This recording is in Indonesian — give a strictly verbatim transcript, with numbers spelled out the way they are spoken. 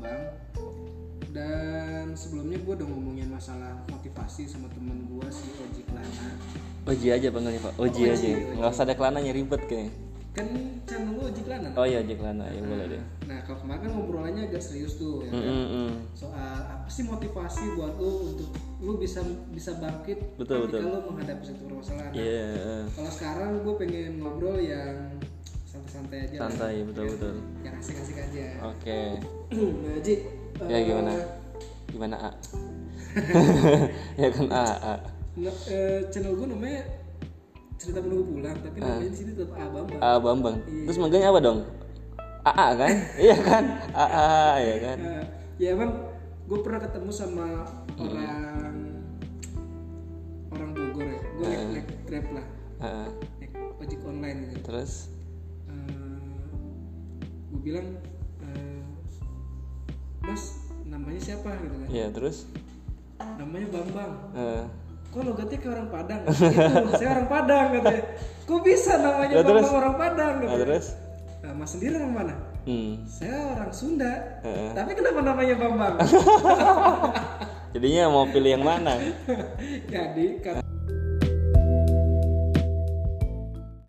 datang. Dan sebelumnya gue udah ngomongin masalah motivasi sama temen gue si Oji Klana. Oji aja panggilnya Pak, Oji, Oh, Oji aja, Oji. nggak usah ada kelananya ribet kayaknya. Kan channel lu Oji Klana. Oh iya Oji Klana, ya boleh deh. Nah kalau kemarin kan ngobrolannya agak serius tuh ya kan? Mm-mm. Soal apa sih motivasi buat lu untuk lu bisa bisa bangkit Betul, ketika betul. lu menghadapi satu permasalahan. Iya, yeah. Kalau sekarang gue pengen ngobrol yang santai-santai aja. Santai, lah. betul-betul. Yang asik-asik aja. Oke. Nah, Ji, Ya eh, gimana? Gimana A? Ya kan A, A. Nah, eh, channel gue namanya Cerita Menunggu Pulang, tapi Ah. namanya di sini tetap A Bambang. A Bambang. Iya. Terus manggilnya apa dong? A A kan? Iya kan? A A ya kan? Eh, ya emang gue pernah ketemu sama orang orang Bogor ya. Gue naik, naik Grab lah, A A. naik ojek online gitu. Terus Gue bilang, eh, Mas namanya siapa gitu kan? ya terus Namanya Bambang. eh, Kok logatnya kayak orang Padang? Itu, saya orang Padang katanya. Kok bisa namanya Ya, Bambang terus? orang Padang nah, katanya? terus Nah, Mas sendiri orang mana? hmm. Saya orang Sunda. Heeh. Tapi kenapa namanya Bambang? Jadinya mau pilih yang mana? Jadi kan